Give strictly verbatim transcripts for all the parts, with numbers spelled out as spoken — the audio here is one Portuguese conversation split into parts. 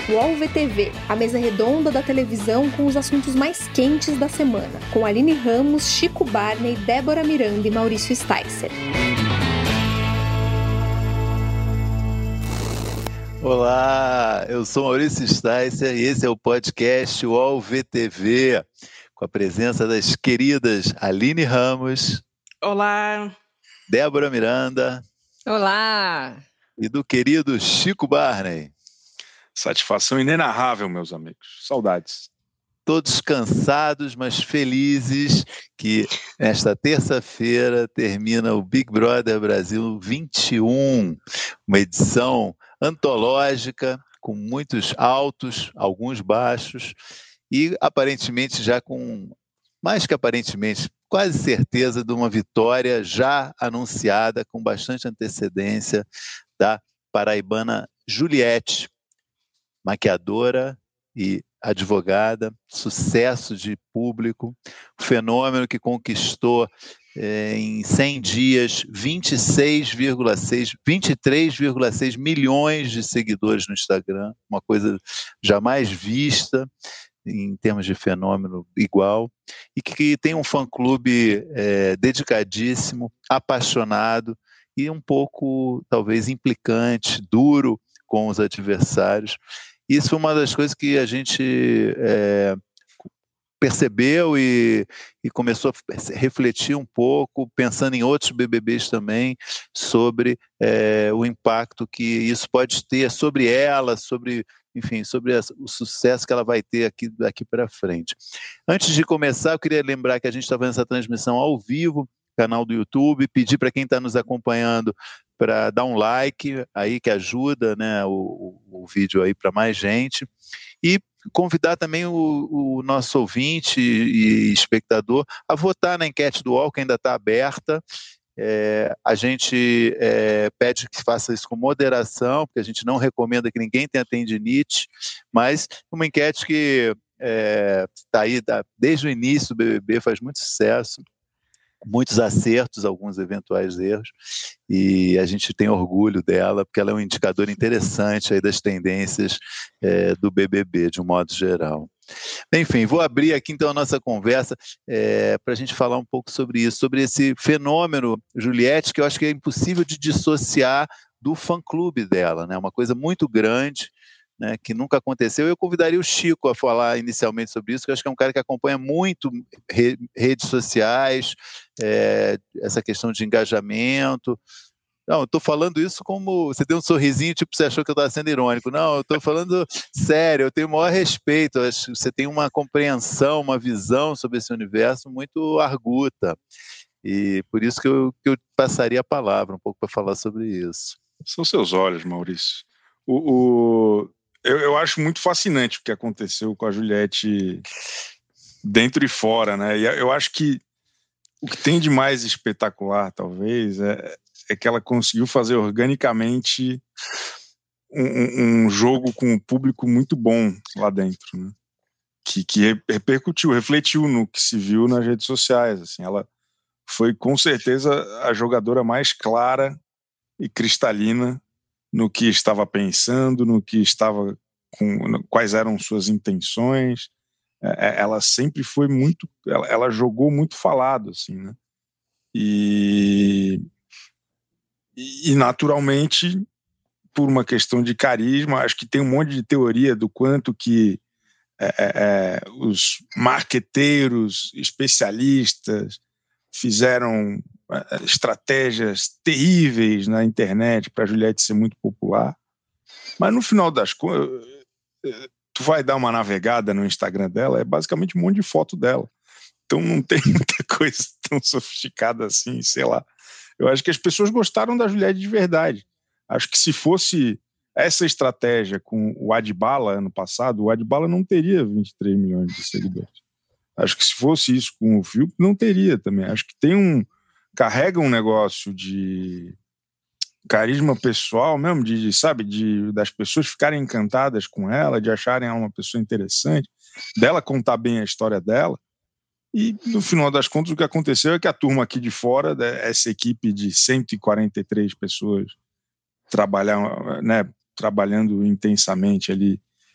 U O L V T V, a mesa redonda da televisão com os assuntos mais quentes da semana, com Aline Ramos, Chico Barney, Débora Miranda e Maurício Sticer. Olá, eu sou Maurício Sticer e esse é o podcast U O L V T V, com a presença das queridas Aline Ramos. Olá. Débora Miranda. Olá. E do querido Chico Barney. Satisfação inenarrável, meus amigos. Saudades. Todos cansados, mas felizes que nesta terça-feira termina o Big Brother Brasil vinte e um, uma edição antológica com muitos altos, alguns baixos e aparentemente já com, mais que aparentemente, quase certeza de uma vitória já anunciada com bastante antecedência da paraibana Juliette, maquiadora e advogada, sucesso de público, fenômeno que conquistou eh, em cem dias vinte e seis vírgula seis, vinte e três vírgula seis milhões de seguidores no Instagram, uma coisa jamais vista em termos de fenômeno igual, e que tem um fã-clube eh, dedicadíssimo, apaixonado e um pouco, talvez, implicante, duro com os adversários. Isso foi uma das coisas que a gente é, percebeu e, e começou a refletir um pouco, pensando em outros B B Bs também, sobre é, o impacto que isso pode ter sobre ela, sobre, enfim, sobre a, o sucesso que ela vai ter aqui daqui para frente. Antes de começar, eu queria lembrar que a gente está fazendo essa transmissão ao vivo, canal do YouTube, pedir para quem está nos acompanhando para dar um like aí que ajuda, né, o, o, o vídeo aí para mais gente, e convidar também o, o nosso ouvinte e espectador a votar na enquete do U O L, que ainda está aberta. É, a gente é, pede que faça isso com moderação, porque a gente não recomenda que ninguém tenha tendinite, mas uma enquete que está é, aí tá, desde o início do B B B, faz muito sucesso, muitos acertos, alguns eventuais erros, e a gente tem orgulho dela, porque ela é um indicador interessante aí das tendências é, do B B B, de um modo geral. Enfim, vou abrir aqui então a nossa conversa é, para a gente falar um pouco sobre isso, sobre esse fenômeno Juliette, que eu acho que é impossível de dissociar do fã-clube dela, né? Uma coisa muito grande, né, que nunca aconteceu. Eu convidaria o Chico a falar inicialmente sobre isso, que eu acho que é um cara que acompanha muito re, redes sociais, é, essa questão de engajamento. Não, eu estou falando isso como... Você deu um sorrisinho, tipo, você achou que eu estava sendo irônico. Não, eu estou falando sério, eu tenho o maior respeito, eu acho que você tem uma compreensão, uma visão sobre esse universo muito arguta, e por isso que eu, que eu passaria a palavra um pouco para falar sobre isso. São seus olhos, Maurício. O... o... Eu, eu acho muito fascinante o que aconteceu com a Juliette dentro e fora, né? E eu acho que o que tem de mais espetacular, talvez, é, é que ela conseguiu fazer organicamente um, um jogo com um público muito bom lá dentro, né? Que, que repercutiu, refletiu no que se viu nas redes sociais. Assim, ela foi, com certeza, a jogadora mais clara e cristalina no que estava pensando, no que estava com, no, quais eram suas intenções. É, ela sempre foi muito, ela, ela jogou muito falado, assim, né? E, e naturalmente, por uma questão de carisma, acho que tem um monte de teoria do quanto que é, é, os marqueteiros, especialistas fizeram estratégias terríveis na internet para a Juliette ser muito popular, mas no final das contas, tu vai dar uma navegada no Instagram dela, é basicamente um monte de foto dela, então não tem muita coisa tão sofisticada assim, sei lá. Eu acho que as pessoas gostaram da Juliette de verdade. Acho que se fosse essa estratégia com o Adbala ano passado, o Adbala não teria vinte e três milhões de seguidores. Acho que se fosse isso com o Fiuk, não teria também. Acho que tem um carrega um negócio de carisma pessoal mesmo, de, sabe, de, das pessoas ficarem encantadas com ela, de acharem ela uma pessoa interessante, dela contar bem a história dela, e no final das contas o que aconteceu é que a turma aqui de fora, essa equipe de cento e quarenta e três pessoas trabalhar, né, trabalhando intensamente ali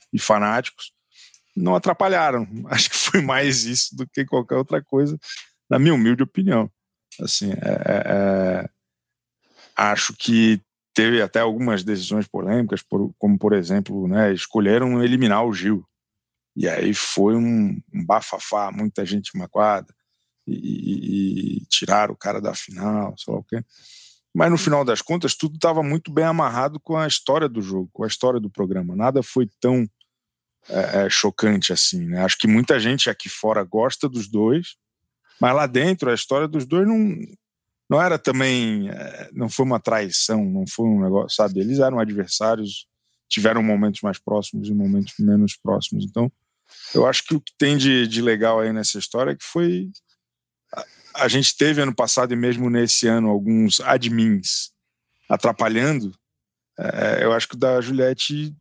e fanáticos, não atrapalharam. Acho que foi mais isso do que qualquer outra coisa, na minha humilde opinião. Assim, é, é, acho que teve até algumas decisões polêmicas, por, como, por exemplo, né, escolheram eliminar o Gil. E aí foi um, um bafafá, muita gente magoada, e, e, e tiraram o cara da final, sei lá o quê. Mas no final das contas, tudo estava muito bem amarrado com a história do jogo, com a história do programa. Nada foi tão é, é, chocante assim, né? Acho que muita gente aqui fora gosta dos dois, mas lá dentro a história dos dois não, não era também, é, não foi uma traição, não foi um negócio, sabe? Eles eram adversários, tiveram momentos mais próximos e momentos menos próximos. Então, eu acho que o que tem de, de legal aí nessa história é que foi... A, a gente teve ano passado e mesmo nesse ano alguns admins atrapalhando. É, eu acho que o da Juliette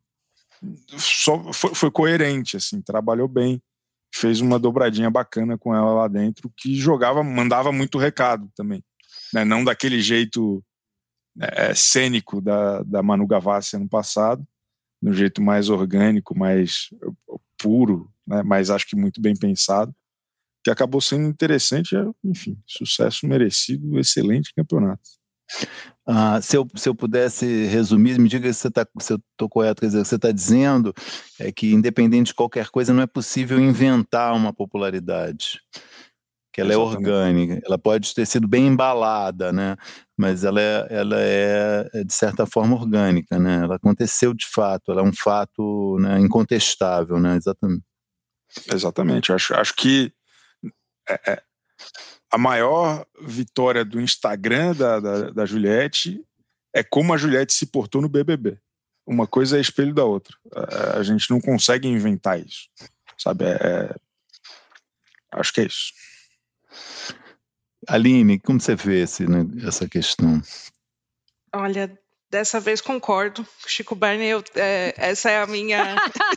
só foi, foi coerente, assim, trabalhou bem, fez uma dobradinha bacana com ela lá dentro, que jogava, mandava muito recado também, né? Não daquele jeito é, cênico da, da Manu Gavassi ano passado, no jeito mais orgânico, mais puro, né? Mas acho que muito bem pensado, que acabou sendo interessante. Enfim, sucesso merecido, excelente campeonato. Ah, se, eu, se eu pudesse resumir, me diga se, você tá, se eu estou correto, quer dizer, o que você está dizendo é que, independente de qualquer coisa, não é possível inventar uma popularidade, que ela Exatamente. É orgânica, ela pode ter sido bem embalada, né? Mas ela é, ela é, de certa forma, orgânica, né? Ela aconteceu de fato, ela é um fato, né, incontestável, né? Exatamente. Exatamente, acho, acho que é, é, a maior vitória do Instagram da, da, da Juliette é como a Juliette se portou no B B B. Uma coisa é espelho da outra. A, a gente não consegue inventar isso, sabe? É, é, acho que é isso. Aline, como você vê esse, né, essa questão? Olha, dessa vez concordo. Chico Barney, eu, é, essa é a minha...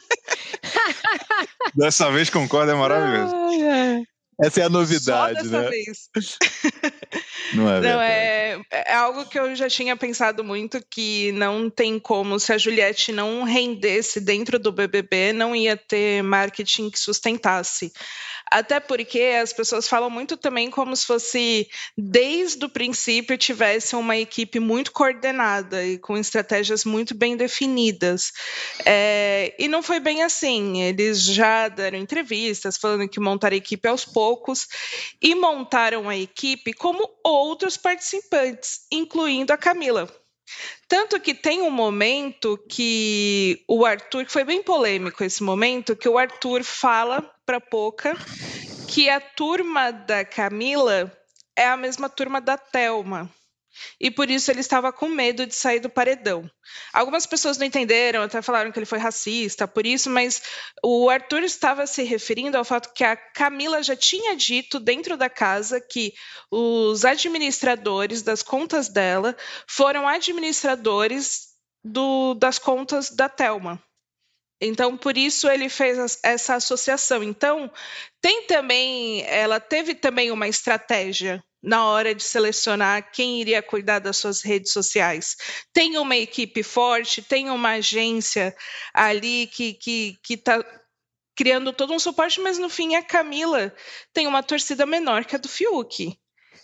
Dessa vez concordo, é maravilhoso. Ai, é. Essa é a novidade, Só dessa né? vez. Não é não, verdade. é, é algo que eu já tinha pensado muito, que não tem como, se a Juliette não rendesse dentro do B B B, não ia ter marketing que sustentasse. Até porque as pessoas falam muito também como se fosse, desde o princípio, tivesse uma equipe muito coordenada e com estratégias muito bem definidas. É, e não foi bem assim. Eles já deram entrevistas falando que montaram a equipe aos poucos e montaram a equipe como outros participantes, incluindo a Camila. Tanto que tem um momento que o Arthur, que foi bem polêmico esse momento, que o Arthur fala para a Poca que a turma da Camila é a mesma turma da Thelma. E por isso ele estava com medo de sair do paredão. Algumas pessoas não entenderam, até falaram que ele foi racista, por isso, mas o Arthur estava se referindo ao fato que a Camila já tinha dito dentro da casa que os administradores das contas dela foram administradores do, das contas da Thelma. Então, por isso ele fez essa associação. Então, tem também, ela teve também uma estratégia na hora de selecionar quem iria cuidar das suas redes sociais. Tem uma equipe forte, tem uma agência ali que que que está criando todo um suporte, mas no fim a Camila tem uma torcida menor que a do Fiuk.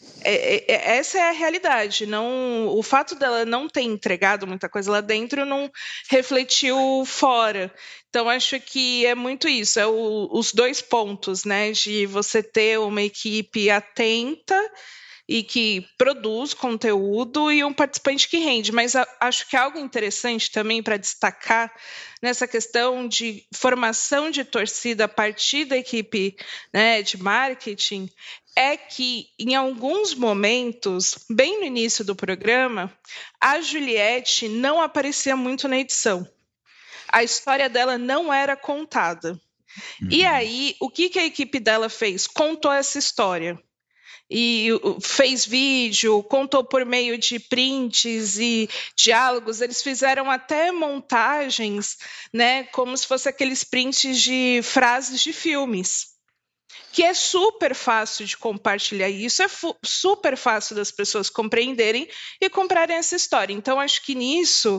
É, é, essa é a realidade. Não, o fato dela não ter entregado muita coisa lá dentro não refletiu fora. Então, acho que é muito isso, é o, os dois pontos, né? De você ter uma equipe atenta e que produz conteúdo e um participante que rende. Mas a, acho que algo interessante também para destacar nessa questão de formação de torcida a partir da equipe, né, de marketing é que, em alguns momentos, bem no início do programa, a Juliette não aparecia muito na edição. A história dela não era contada. Uhum. E aí, o que, que a equipe dela fez? Contou essa história. E fez vídeo, contou por meio de prints e diálogos. Eles fizeram até montagens, né, como se fosse aqueles prints de frases de filmes, que é super fácil de compartilhar isso, é super fácil das pessoas compreenderem e comprarem essa história. Então, acho que nisso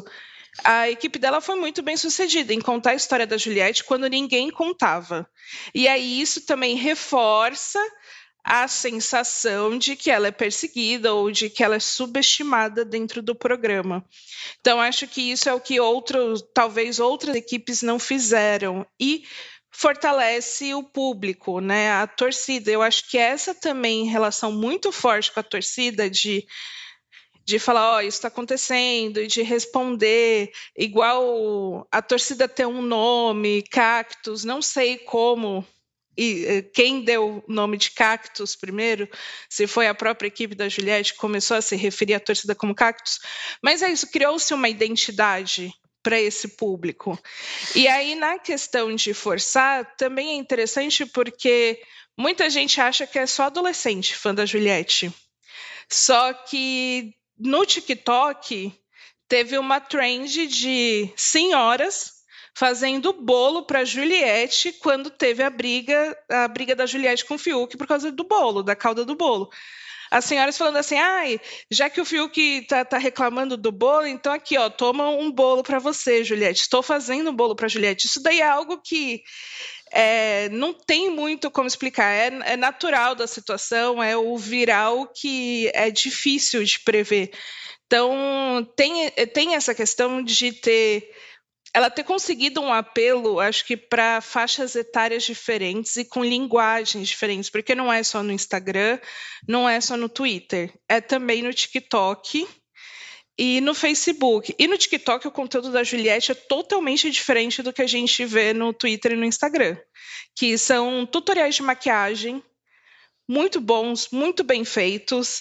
a equipe dela foi muito bem sucedida em contar a história da Juliette quando ninguém contava. E aí isso também reforça a sensação de que ela é perseguida ou de que ela é subestimada dentro do programa. Então, acho que isso é o que outros, talvez outras equipes não fizeram. E fortalece o público, né? A torcida. Eu acho que essa também relação muito forte com a torcida de, de falar, ó, oh, isso está acontecendo, e de responder, igual a torcida ter um nome, Cactus, não sei como. E quem deu o nome de Cactus primeiro, se foi a própria equipe da Juliette que começou a se referir à torcida como Cactus, mas é isso, criou-se uma identidade para esse público. E aí, na questão de forçar, também é interessante porque muita gente acha que é só adolescente fã da Juliette. Só que no TikTok teve uma trend de senhoras fazendo bolo para Juliette quando teve a briga, a briga da Juliette com o Fiuk por causa do bolo, da calda do bolo. As senhoras falando assim, ai, já que o Fiuk tá, tá reclamando do bolo, então aqui, ó, toma um bolo para você, Juliette. Estou fazendo um bolo para Juliette. Isso daí é algo que é, não tem muito como explicar. É, é natural da situação, é o viral que é difícil de prever. Então, tem, tem essa questão de ter... ela ter conseguido um apelo, acho que para faixas etárias diferentes e com linguagens diferentes, porque não é só no Instagram, não é só no Twitter, é também no TikTok e no Facebook. E no TikTok o conteúdo da Juliette é totalmente diferente do que a gente vê no Twitter e no Instagram, que são tutoriais de maquiagem muito bons, muito bem feitos,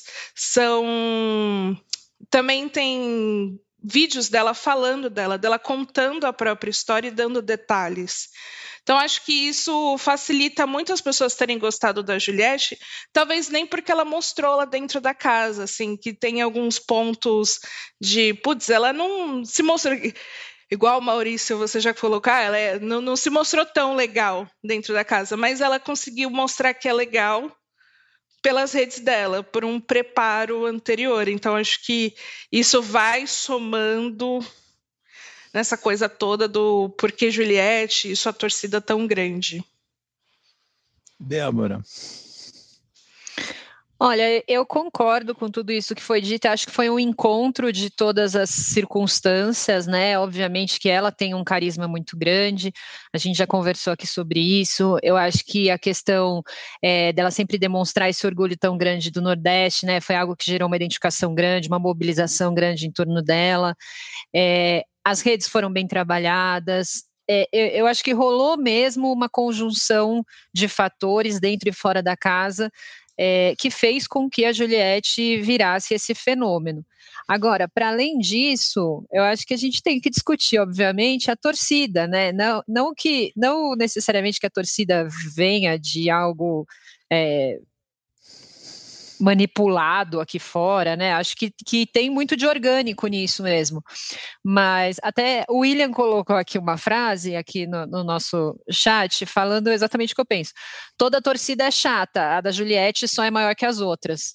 são... também tem vídeos dela falando dela, dela contando a própria história e dando detalhes. Então, acho que isso facilita muito as pessoas terem gostado da Juliette, talvez nem porque ela mostrou lá dentro da casa, assim, que tem alguns pontos de, putz, ela não se mostrou... igual o Maurício, você já colocou, ah, ela é, não, não se mostrou tão legal dentro da casa, mas ela conseguiu mostrar que é legal pelas redes dela, por um preparo anterior. Então, acho que isso vai somando nessa coisa toda do porquê Juliette e sua torcida tão grande. Débora. Olha, eu concordo com tudo isso que foi dito, acho que foi um encontro de todas as circunstâncias, né? Obviamente que ela tem um carisma muito grande, a gente já conversou aqui sobre isso, eu acho que a questão é, dela sempre demonstrar esse orgulho tão grande do Nordeste, né? Foi algo que gerou uma identificação grande, uma mobilização grande em torno dela, é, as redes foram bem trabalhadas. É, eu, eu acho que rolou mesmo uma conjunção de fatores dentro e fora da casa, É, que fez com que a Juliette virasse esse fenômeno. Agora, para além disso, eu acho que a gente tem que discutir, obviamente, a torcida, né? Não, não, que, não necessariamente que a torcida venha de algo é, manipulado aqui fora, né? Acho que, que tem muito de orgânico nisso mesmo. Mas até o William colocou aqui uma frase aqui no, no nosso chat, falando exatamente o que eu penso. Toda torcida é chata, a da Juliette só é maior que as outras.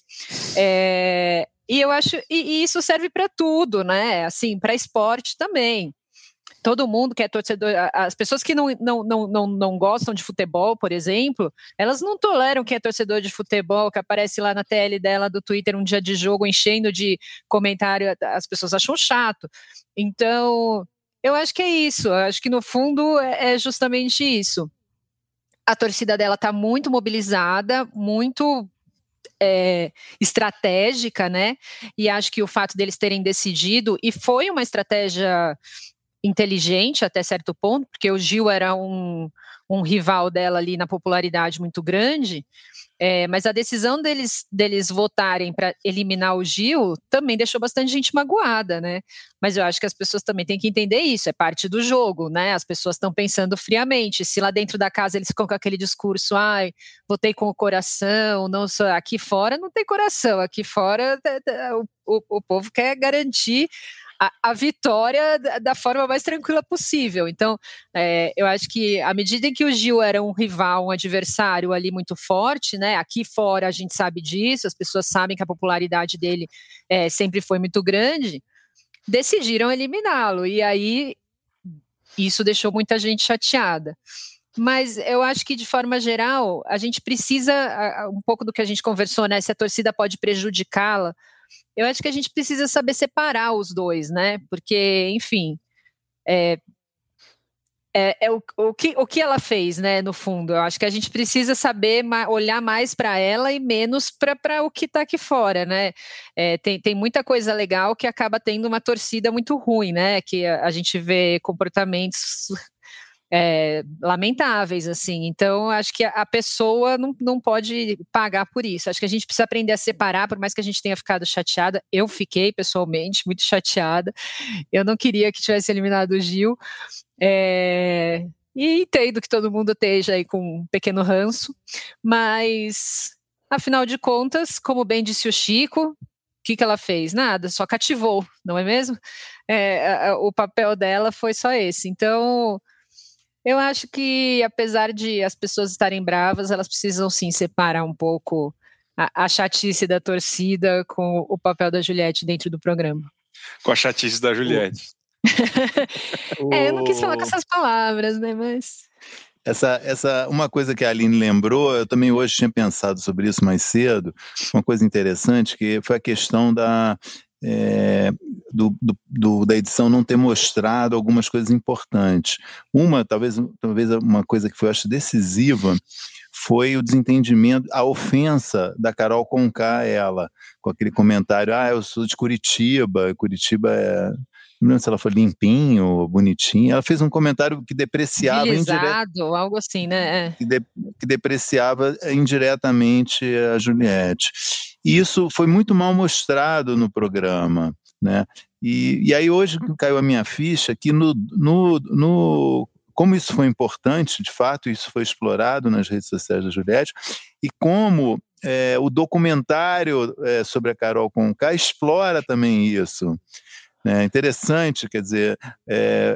É, e eu acho, e, e isso serve para tudo, né? Assim, para esporte também. Todo mundo que é torcedor, as pessoas que não, não, não, não, não gostam de futebol, por exemplo, elas não toleram quem é torcedor de futebol, que aparece lá na T L dela do Twitter um dia de jogo enchendo de comentário, as pessoas acham chato. Então, eu acho que é isso, eu acho que no fundo é justamente isso. A torcida dela está muito mobilizada, muito é, estratégica, né? E acho que o fato deles terem decidido, e foi uma estratégia inteligente até certo ponto, porque o Gil era um, um rival dela ali na popularidade muito grande, é, mas a decisão deles, deles votarem para eliminar o Gil também deixou bastante gente magoada, né? Mas eu acho que as pessoas também têm que entender isso, é parte do jogo, né? As pessoas estão pensando friamente, se lá dentro da casa eles ficam com aquele discurso, ai, votei com o coração, não sou... aqui fora não tem coração, aqui fora o, o, o povo quer garantir A, a vitória da, da forma mais tranquila possível. Então, é, eu acho que à medida em que o Gil era um rival, um adversário ali muito forte, né, aqui fora a gente sabe disso, as pessoas sabem que a popularidade dele é, sempre foi muito grande, decidiram eliminá-lo, e aí isso deixou muita gente chateada. Mas eu acho que, de forma geral, a gente precisa, um pouco do que a gente conversou, né, se a torcida pode prejudicá-la, eu acho que a gente precisa saber separar os dois, né, porque, enfim, é, é, é o, o, que, o que ela fez, né, no fundo. Eu acho que a gente precisa saber ma- olhar mais para ela e menos para o que está aqui fora, né. É, tem, tem muita coisa legal que acaba tendo uma torcida muito ruim, né, que a, a gente vê comportamentos É, lamentáveis, assim. Então, acho que a pessoa não, não pode pagar por isso. Acho que a gente precisa aprender a separar, por mais que a gente tenha ficado chateada. Eu fiquei, pessoalmente, muito chateada. Eu não queria que tivesse eliminado o Gil. É, e entendo que todo mundo esteja aí com um pequeno ranço, mas, afinal de contas, como bem disse o Chico, o que, que ela fez? Nada, só cativou, não é mesmo? É, o papel dela foi só esse. Então, eu acho que, apesar de as pessoas estarem bravas, elas precisam sim separar um pouco a, a chatice da torcida com o papel da Juliette dentro do programa. Com a chatice da Juliette. É, eu não quis falar com essas palavras, né, mas... Essa, essa, uma coisa que a Aline lembrou, eu também hoje tinha pensado sobre isso mais cedo, uma coisa interessante, que foi a questão da... É, do, do, do, da edição não ter mostrado algumas coisas importantes. Uma, talvez, talvez uma coisa que foi, eu acho, decisiva, foi o desentendimento, a ofensa da Carol Conká a ela, com aquele comentário, ah, eu sou de Curitiba, Curitiba é... Não lembro se ela foi limpinho, bonitinho. Ela fez um comentário que depreciava indiretamente, algo assim, né? Que, de, que depreciava indiretamente a Juliette. E isso foi muito mal mostrado no programa, né? E, e aí hoje caiu a minha ficha que no, no, no como isso foi importante, de fato, isso foi explorado nas redes sociais da Juliette, e como é, o documentário é, sobre a Carol Conká explora também isso. É interessante, quer dizer, é,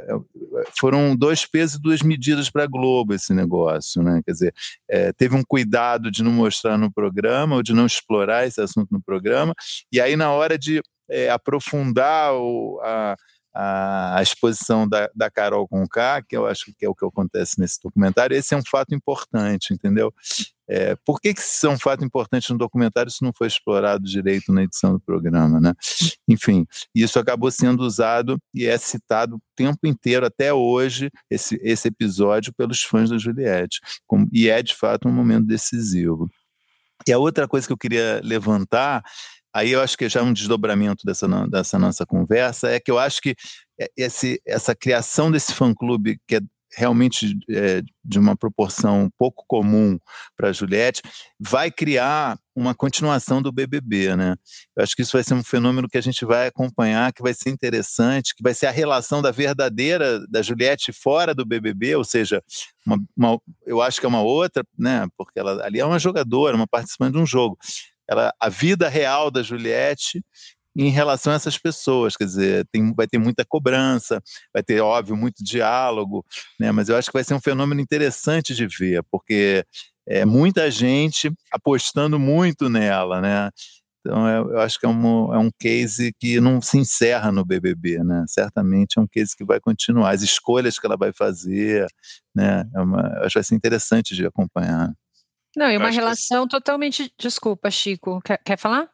foram dois pesos e duas medidas para a Globo esse negócio, né? Quer dizer, é, teve um cuidado de não mostrar no programa, ou de não explorar esse assunto no programa, e aí na hora de é, aprofundar o, a, a, a exposição da, da Carol Conká, que eu acho que é o que acontece nesse documentário, esse é um fato importante, entendeu? É, por que, que isso é um fato importante no documentário se não foi explorado direito na edição do programa, né? Enfim, isso acabou sendo usado e é citado o tempo inteiro, até hoje, esse, esse episódio pelos fãs da Juliette, como, e é de fato um momento decisivo. E a outra coisa que eu queria levantar, aí eu acho que já é um desdobramento dessa, dessa nossa conversa, é que eu acho que esse, essa criação desse fã-clube, que é realmente é, de uma proporção pouco comum para a Juliette, vai criar uma continuação do B B B, né? Eu acho que isso vai ser um fenômeno que a gente vai acompanhar, que vai ser interessante, que vai ser a relação da verdadeira da Juliette fora do B B B, ou seja, uma, uma, eu acho que é uma outra, né? Porque ela ali é uma jogadora, uma participante de um jogo. Ela, a vida real da Juliette em relação a essas pessoas, quer dizer, tem, vai ter muita cobrança, vai ter, óbvio, muito diálogo, né? Mas eu acho que vai ser um fenômeno interessante de ver, porque é muita gente apostando muito nela, né? Então eu, eu acho que é um, é um case que não se encerra no B B B, né? Certamente é um case que vai continuar, as escolhas que ela vai fazer, né? É uma, eu acho que vai ser interessante de acompanhar. Não, e uma relação que... totalmente... Desculpa, Chico, quer, quer falar?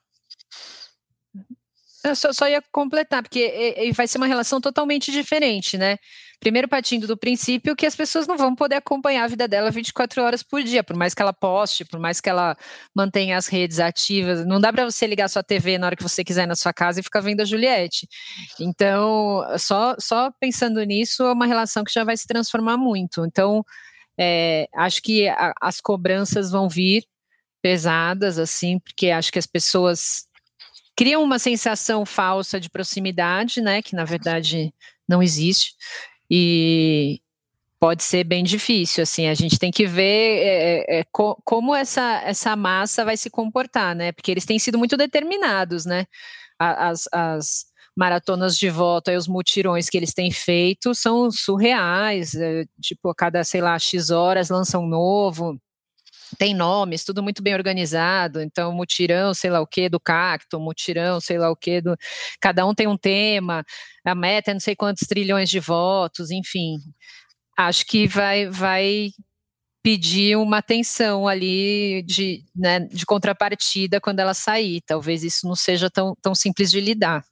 Eu só, só ia completar, porque e, e vai ser uma relação totalmente diferente, né? Primeiro, partindo do princípio que as pessoas não vão poder acompanhar a vida dela vinte e quatro horas por dia, por mais que ela poste, por mais que ela mantenha as redes ativas. Não dá para você ligar sua T V na hora que você quiser na sua casa e ficar vendo a Juliette. Então, só, só pensando nisso, é uma relação que já vai se transformar muito. Então, é, acho que a, as cobranças vão vir pesadas, assim, porque acho que as pessoas... criam uma sensação falsa de proximidade, né, que na verdade não existe, e pode ser bem difícil, assim, a gente tem que ver é, é, co como essa, essa massa vai se comportar, né, porque eles têm sido muito determinados, né, as, as maratonas de voto, aí os mutirões que eles têm feito são surreais, é, tipo, a cada, sei lá, X horas lança um novo, tem nomes, tudo muito bem organizado, então mutirão, sei lá o que, do cacto, mutirão, sei lá o que, do... cada um tem um tema, a meta é não sei quantos trilhões de votos, enfim, acho que vai, vai pedir uma atenção ali de, né, de contrapartida quando ela sair, talvez isso não seja tão, tão simples de lidar.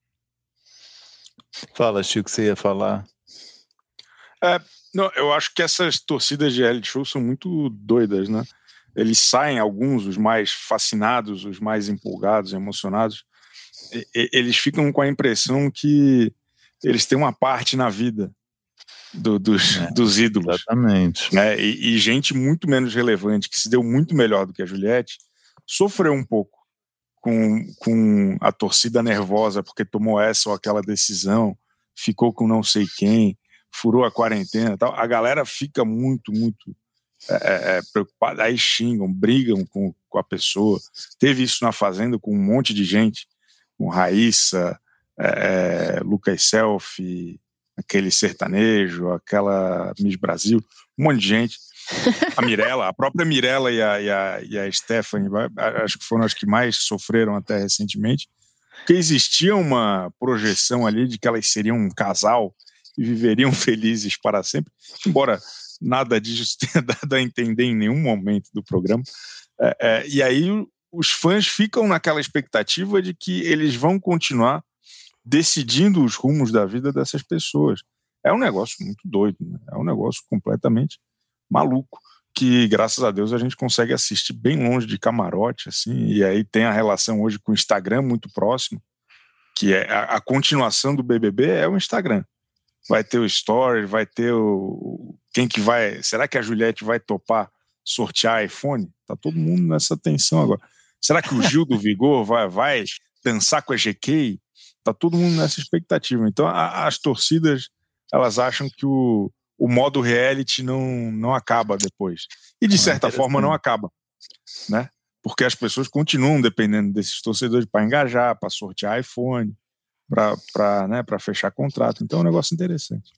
Fala, Chico, você ia falar? É, não, eu acho que essas torcidas de reality show são muito doidas, né? Eles saem, alguns, os mais fascinados, os mais empolgados, emocionados, e, e, eles ficam com a impressão que eles têm uma parte na vida do, dos, é, dos ídolos. Exatamente. Né? E, e gente muito menos relevante, que se deu muito melhor do que a Juliette, sofreu um pouco com, com a torcida nervosa porque tomou essa ou aquela decisão, ficou com não sei quem, furou a quarentena e tal. A galera fica muito, muito é, é, preocupada, aí xingam, brigam com, com a pessoa. Teve isso na Fazenda com um monte de gente, com Raíssa, é, Lucas Selfie, aquele sertanejo, aquela Miss Brasil, um monte de gente. A Mirella, a própria Mirella e a, e a, e a Stephanie, acho que foram as que mais sofreram até recentemente, porque existia uma projeção ali de que elas seriam um casal e viveriam felizes para sempre, embora nada disso tenha dado a entender em nenhum momento do programa. É, é, e aí os fãs ficam naquela expectativa de que eles vão continuar decidindo os rumos da vida dessas pessoas. É um negócio muito doido, né? É um negócio completamente maluco, que graças a Deus a gente consegue assistir bem longe de camarote, assim, e aí tem a relação hoje com o Instagram muito próximo, que é a, a continuação do B B B é o Instagram. Vai ter o Story, vai ter o... Quem que vai... Será que a Juliette vai topar sortear iPhone? Tá todo mundo nessa tensão agora. Será que o Gil do Vigor vai, vai dançar com a G K? Tá todo mundo nessa expectativa. Então a, as torcidas, elas acham que o, o modo reality não, não acaba depois. E de certa ah, forma não acaba, né? Porque as pessoas continuam dependendo desses torcedores para engajar, para sortear iPhone, para né, para fechar contrato. Então é um negócio interessante.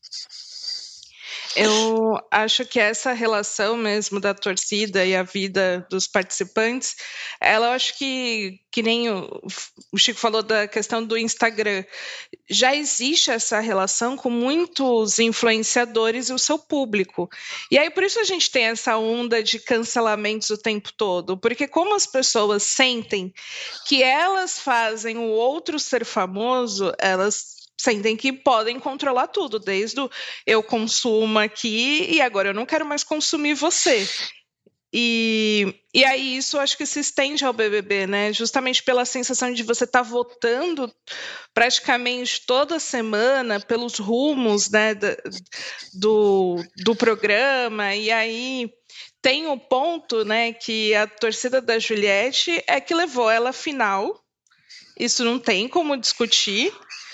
Eu acho que essa relação mesmo da torcida e a vida dos participantes, ela eu acho que, que nem o, o Chico falou da questão do Instagram, já existe essa relação com muitos influenciadores e o seu público. E aí por isso a gente tem essa onda de cancelamentos o tempo todo, porque como as pessoas sentem que elas fazem o outro ser famoso, elas sentem que podem controlar tudo, desde o eu consumo aqui e agora eu não quero mais consumir você. E, e aí isso acho que se estende ao B B B, né? Justamente pela sensação de você estar tá votando praticamente toda semana pelos rumos, né, do, do programa, e aí tem o ponto, né, que a torcida da Juliette é que levou ela à final, isso não tem como discutir.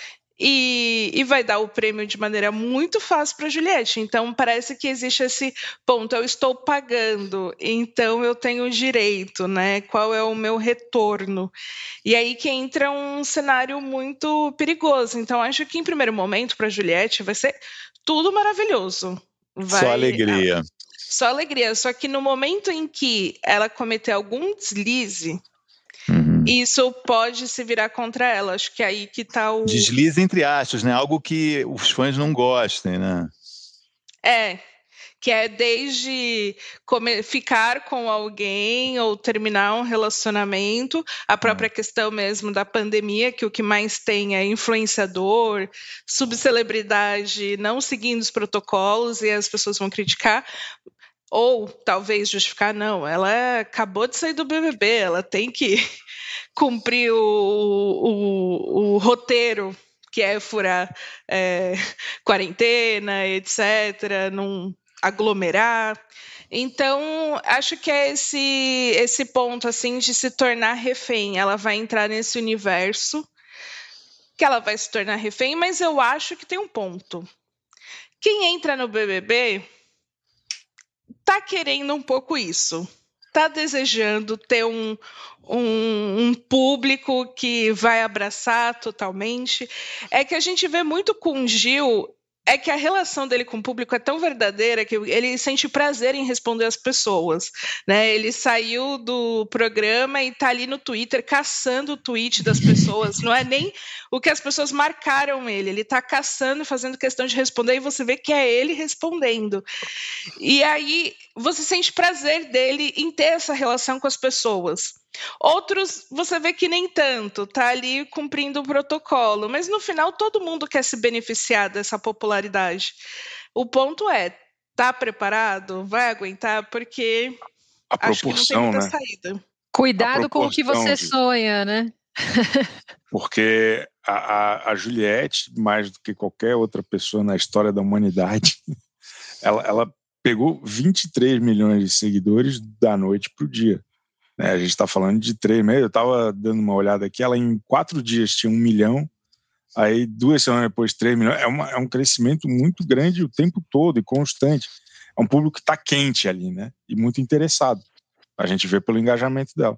E, e vai dar o prêmio de maneira muito fácil para a Juliette. Então, parece que existe esse ponto, eu estou pagando, então eu tenho direito, né? Qual é o meu retorno? E aí que entra um cenário muito perigoso. Então, acho que em primeiro momento, para a Juliette, vai ser tudo maravilhoso. Vai, só alegria. Só alegria. Só que no momento em que ela cometer algum deslize, isso pode se virar contra ela. Acho que é aí que está o... Deslize entre aspas, né? Algo que os fãs não gostem, né? É, que é desde come... ficar com alguém ou terminar um relacionamento, a própria é. questão mesmo da pandemia, que o que mais tem é influenciador, subcelebridade não seguindo os protocolos e as pessoas vão criticar. Ou talvez justificar, não, ela acabou de sair do B B B, ela tem que cumprir o, o, o roteiro, que é furar é, quarentena, etcétera, não aglomerar. Então, acho que é esse, esse ponto assim, de se tornar refém. Ela vai entrar nesse universo que ela vai se tornar refém, mas eu acho que tem um ponto. Quem entra no B B B... tá querendo um pouco isso, tá desejando ter um, um, um público que vai abraçar totalmente. É que a gente vê muito com o Gil é que a relação dele com o público é tão verdadeira que ele sente prazer em responder às pessoas, né? Ele saiu do programa e tá ali no Twitter caçando o tweet das pessoas, não é nem o que as pessoas marcaram ele, ele tá caçando e fazendo questão de responder e você vê que é ele respondendo. E aí você sente prazer dele em ter essa relação com as pessoas. Outros, você vê que nem tanto, tá ali cumprindo o protocolo, mas no final todo mundo quer se beneficiar dessa popularidade. O ponto é, tá preparado? Vai aguentar? Porque a acho que não tem muita, né, saída. Cuidado com o que você de... sonha, né? Porque a, a, a Juliette, mais do que qualquer outra pessoa na história da humanidade, ela, ela pegou vinte e três milhões de seguidores da noite pro dia. É, a gente está falando de três meses. Eu estava dando uma olhada aqui, ela em quatro dias tinha um milhão, aí duas semanas depois três milhões. É, uma, é um crescimento muito grande o tempo todo e constante. É um público que está quente ali, né? E muito interessado. A gente vê pelo engajamento dela.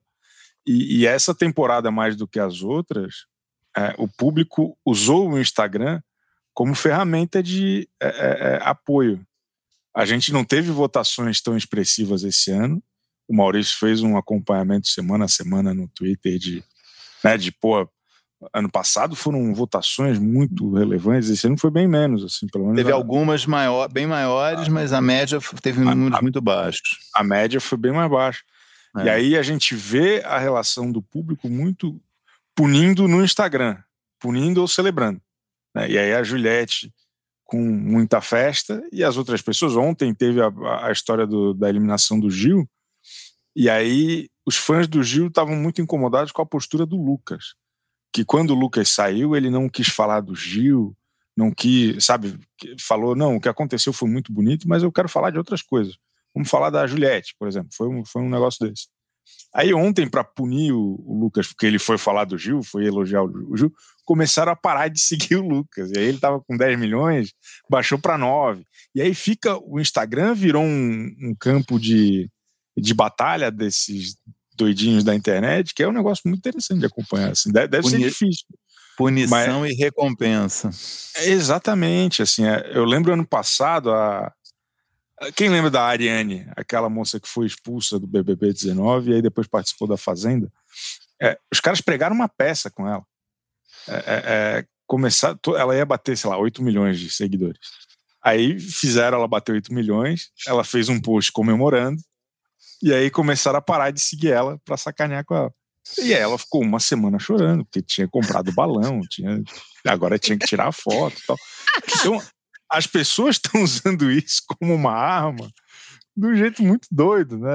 E, e essa temporada, mais do que as outras, é, o público usou o Instagram como ferramenta de é, é, apoio. A gente não teve votações tão expressivas esse ano. O Maurício fez um acompanhamento semana a semana no Twitter de, né, de pô, ano passado foram votações muito relevantes, esse ano foi bem menos, assim, pelo menos. Teve a, algumas maior, bem maiores, a, mas a média teve a, números a, muito baixos. A média foi bem mais baixa. É. E aí a gente vê a relação do público muito punindo no Instagram, punindo ou celebrando, né? E aí a Juliette com muita festa e as outras pessoas. Ontem teve a, a história do, da eliminação do Gil. E aí os fãs do Gil estavam muito incomodados com a postura do Lucas, que quando o Lucas saiu ele não quis falar do Gil, não quis, sabe, falou, não, o que aconteceu foi muito bonito, mas eu quero falar de outras coisas, vamos falar da Juliette, por exemplo, foi um, foi um negócio desse. Aí ontem, para punir o, o Lucas, porque ele foi falar do Gil, foi elogiar o, o Gil, começaram a parar de seguir o Lucas, e aí ele estava com dez milhões, baixou para nove, e aí fica, o Instagram virou um, um campo de de batalha desses doidinhos da internet, que é um negócio muito interessante de acompanhar, assim, deve, deve Puni... ser difícil. Punição mas... e recompensa. É, exatamente, assim, é, eu lembro ano passado, a... quem lembra da Ariane, aquela moça que foi expulsa do B B B dezenove e aí depois participou da Fazenda, é, os caras pregaram uma peça com ela, é, é, é, começar, ela ia bater, sei lá, oito milhões de seguidores, aí fizeram ela bater oito milhões, ela fez um post comemorando, e aí começaram a parar de seguir ela pra sacanear com ela. E aí ela ficou uma semana chorando, porque tinha comprado balão, tinha, agora tinha que tirar a foto e tal. Então, as pessoas estão usando isso como uma arma de um jeito muito doido, né?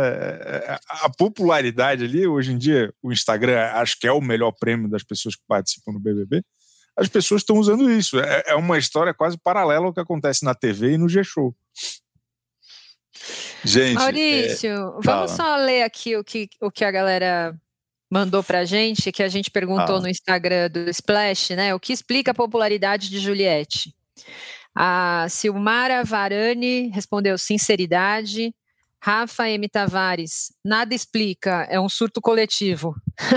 A popularidade ali, hoje em dia, o Instagram acho que é o melhor prêmio das pessoas que participam do B B B. As pessoas estão usando isso. É uma história quase paralela ao que acontece na T V e no G-Show. Gente, Maurício, é, vamos fala. só ler aqui o que, o que a galera mandou pra gente, que a gente perguntou fala. no Instagram do Splash, né? O que explica a popularidade de Juliette? A Silmara Varane respondeu sinceridade. Rafa M. Tavares, nada explica, é um surto coletivo.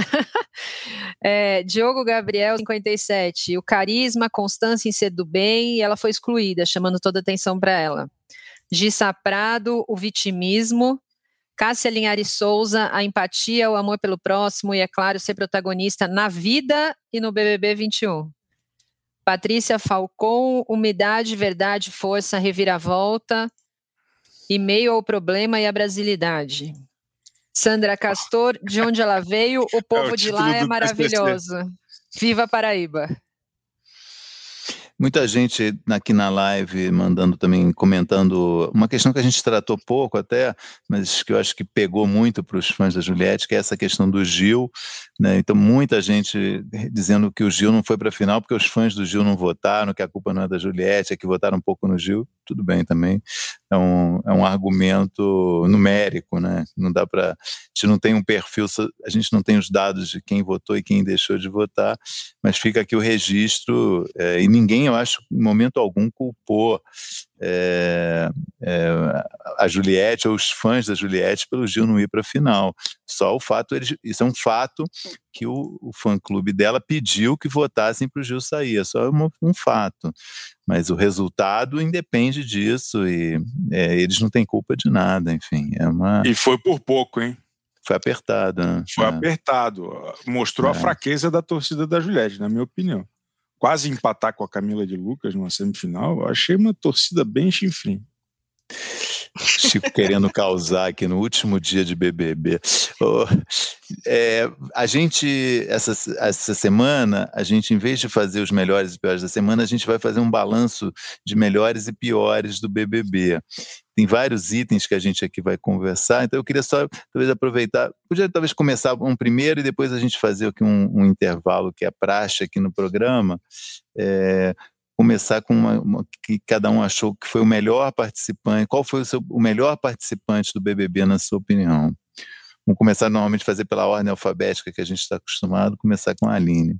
é, Diogo Gabriel, cinquenta e sete, o carisma, a constância em ser do bem, e ela foi excluída, chamando toda a atenção para ela. Gissa Prado, o vitimismo. Cássia Linhares Souza, a empatia, o amor pelo próximo e, é claro, ser protagonista na vida e no B B B vinte e um. Patrícia Falcon, umidade, verdade, força, reviravolta, e meio ao problema e à brasilidade. Sandra Castor, de onde ela veio, o povo é o de lá é maravilhoso. Viva Paraíba! Muita gente aqui na live mandando também, comentando uma questão que a gente tratou pouco até, mas que eu acho que pegou muito para os fãs da Juliette, que é essa questão do Gil, né? Então muita gente dizendo que o Gil não foi para a final porque os fãs do Gil não votaram, que a culpa não é da Juliette, é que votaram um pouco no Gil. Tudo bem também, é um, é um argumento numérico, né? Não dá para, a gente não tem um perfil, a gente não tem os dados de quem votou e quem deixou de votar, mas fica aqui o registro, é, e ninguém, eu acho, em momento algum culpou é, é, a Juliette ou os fãs da Juliette pelo Gil não ir para a final. Só o fato, eles, isso é um fato que o, o fã-clube dela pediu que votassem para o Gil sair, é só uma, um fato. Mas o resultado independe disso e é, eles não têm culpa de nada, enfim. É uma... E foi por pouco, hein? Foi apertado, né? Foi é. apertado. Mostrou é. a fraqueza da torcida da Juliette, na minha opinião. Quase empatar com a Camila de Lucas numa semifinal, eu achei uma torcida bem chinfrim. Chico querendo causar aqui no último dia de B B B. Oh, é, a gente, essa, essa semana, a gente, em vez de fazer os melhores e piores da semana, a gente vai fazer um balanço de melhores e piores do B B B. Tem vários itens que a gente aqui vai conversar, então eu queria só, talvez, aproveitar, podia talvez começar um primeiro e depois a gente fazer aqui um, um intervalo, que é praxe aqui no programa, é, começar com uma, uma que cada um achou que foi o melhor participante. Qual foi o, seu, o melhor participante do B B B, na sua opinião? Vamos começar normalmente a fazer pela ordem alfabética que a gente está acostumado, começar com a Aline.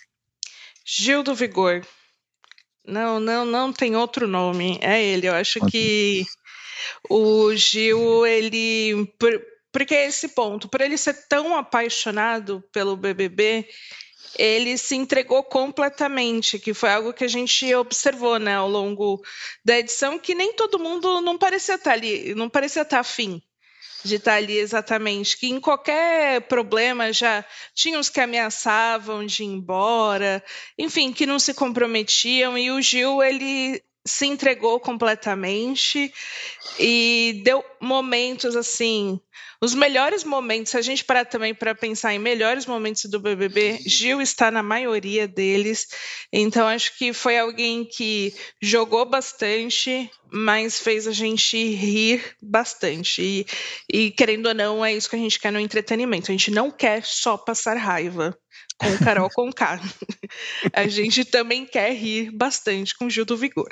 Gil do Vigor. Não, não, não tem outro nome. É ele. Eu acho Quanto? que o Gil, ele... Por, porque é esse ponto. Por ele ser tão apaixonado pelo B B B, ele se entregou completamente, que foi algo que a gente observou, né, ao longo da edição, que nem todo mundo não parecia estar ali, não parecia estar afim de estar ali exatamente, que em qualquer problema já tinha os que ameaçavam de ir embora, enfim, que não se comprometiam, e o Gil, ele se entregou completamente e deu momentos assim, os melhores momentos, se a gente parar também para pensar em melhores momentos do B B B, Gil está na maioria deles, então acho que foi alguém que jogou bastante, mas fez a gente rir bastante, e, e querendo ou não, é isso que a gente quer no entretenimento, a gente não quer só passar raiva com Carol Conká. A gente também quer rir bastante com Gil do Vigor.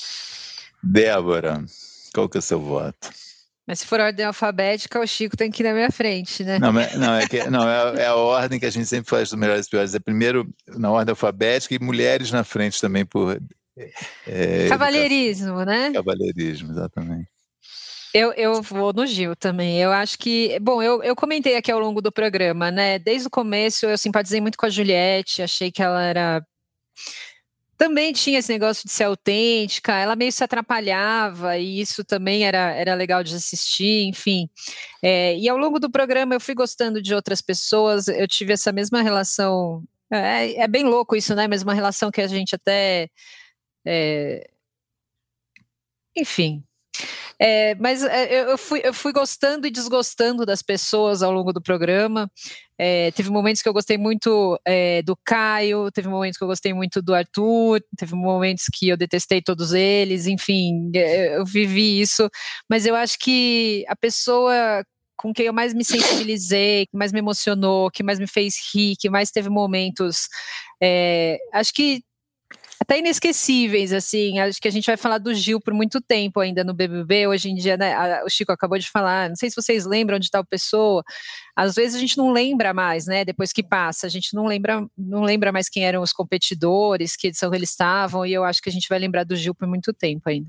Débora, qual que é o seu voto? Mas se for ordem alfabética, o Chico tem que ir na minha frente, né? Não, não, é, que, não é, é a ordem que a gente sempre faz dos melhores e piores. É primeiro na ordem alfabética e mulheres na frente também por... É, cavalheirismo, educação. Né? Cavalheirismo, exatamente. Eu, eu vou no Gil também. Eu acho que... Bom, eu, eu comentei aqui ao longo do programa, né? Desde o começo eu simpatizei muito com a Juliette, achei que ela era... Também tinha esse negócio de ser autêntica, ela meio se atrapalhava e isso também era, era legal de assistir, enfim. É, e ao longo do programa eu fui gostando de outras pessoas, eu tive essa mesma relação... É, é bem louco isso, né? Mas uma relação que a gente até... É, enfim... É, mas é, eu, fui, eu fui gostando e desgostando das pessoas ao longo do programa. É, teve momentos que eu gostei muito é, do Caio, teve momentos que eu gostei muito do Arthur, teve momentos que eu detestei todos eles, enfim, eu vivi isso, mas eu acho que a pessoa com quem eu mais me sensibilizei, que mais me emocionou, que mais me fez rir, que mais teve momentos, é, acho que até inesquecíveis, assim, acho que a gente vai falar do Gil por muito tempo ainda no B B B, hoje em dia, né, a, o Chico acabou de falar, não sei se vocês lembram de tal pessoa, às vezes a gente não lembra mais, né, depois que passa, a gente não lembra, não lembra mais quem eram os competidores, que edição eles estavam, e eu acho que a gente vai lembrar do Gil por muito tempo ainda.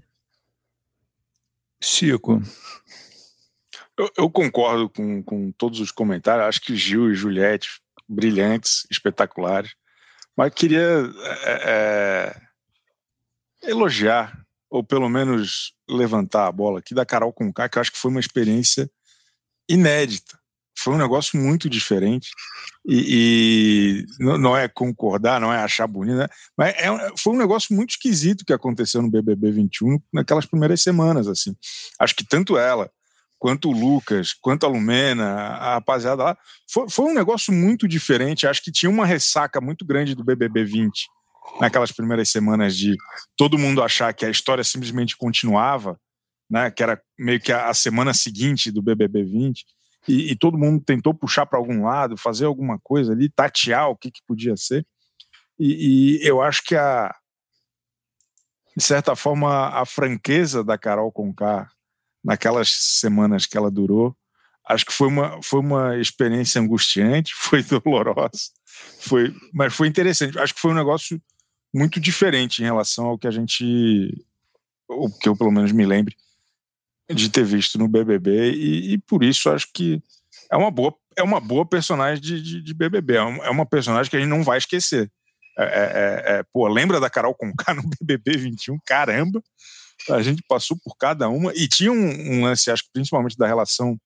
Chico. Eu, eu concordo com, com todos os comentários, acho que Gil e Juliette, brilhantes, espetaculares, mas queria é, é, elogiar, ou pelo menos levantar a bola aqui da Carol Conká, que eu acho que foi uma experiência inédita. Foi um negócio muito diferente. E, e não, não é concordar, não é achar bonito, né? Mas é, foi um negócio muito esquisito que aconteceu no B B B vinte e um naquelas primeiras semanas. Assim. Acho que tanto ela, quanto o Lucas, quanto a Lumena, a rapaziada lá, foi, foi um negócio muito diferente. Acho que tinha uma ressaca muito grande do B B B vinte, naquelas primeiras semanas, de todo mundo achar que a história simplesmente continuava, né, que era meio que a, a semana seguinte do B B B vinte, e, e todo mundo tentou puxar para algum lado, fazer alguma coisa ali, tatear o que, que podia ser. E, e eu acho que, a, de certa forma, a franqueza da Carol Conká naquelas semanas que ela durou, acho que foi uma, foi uma experiência angustiante, foi dolorosa, foi, mas foi interessante. Acho que foi um negócio muito diferente em relação ao que a gente, o que eu pelo menos me lembre, de ter visto no B B B, e, e por isso acho que é uma boa, é uma boa personagem de, de, de B B B, é uma personagem que a gente não vai esquecer. É, é, é, pô, lembra da Carol Conká no B B B vinte e um? Caramba, a gente passou por cada uma, e tinha um, um lance, acho que principalmente da relação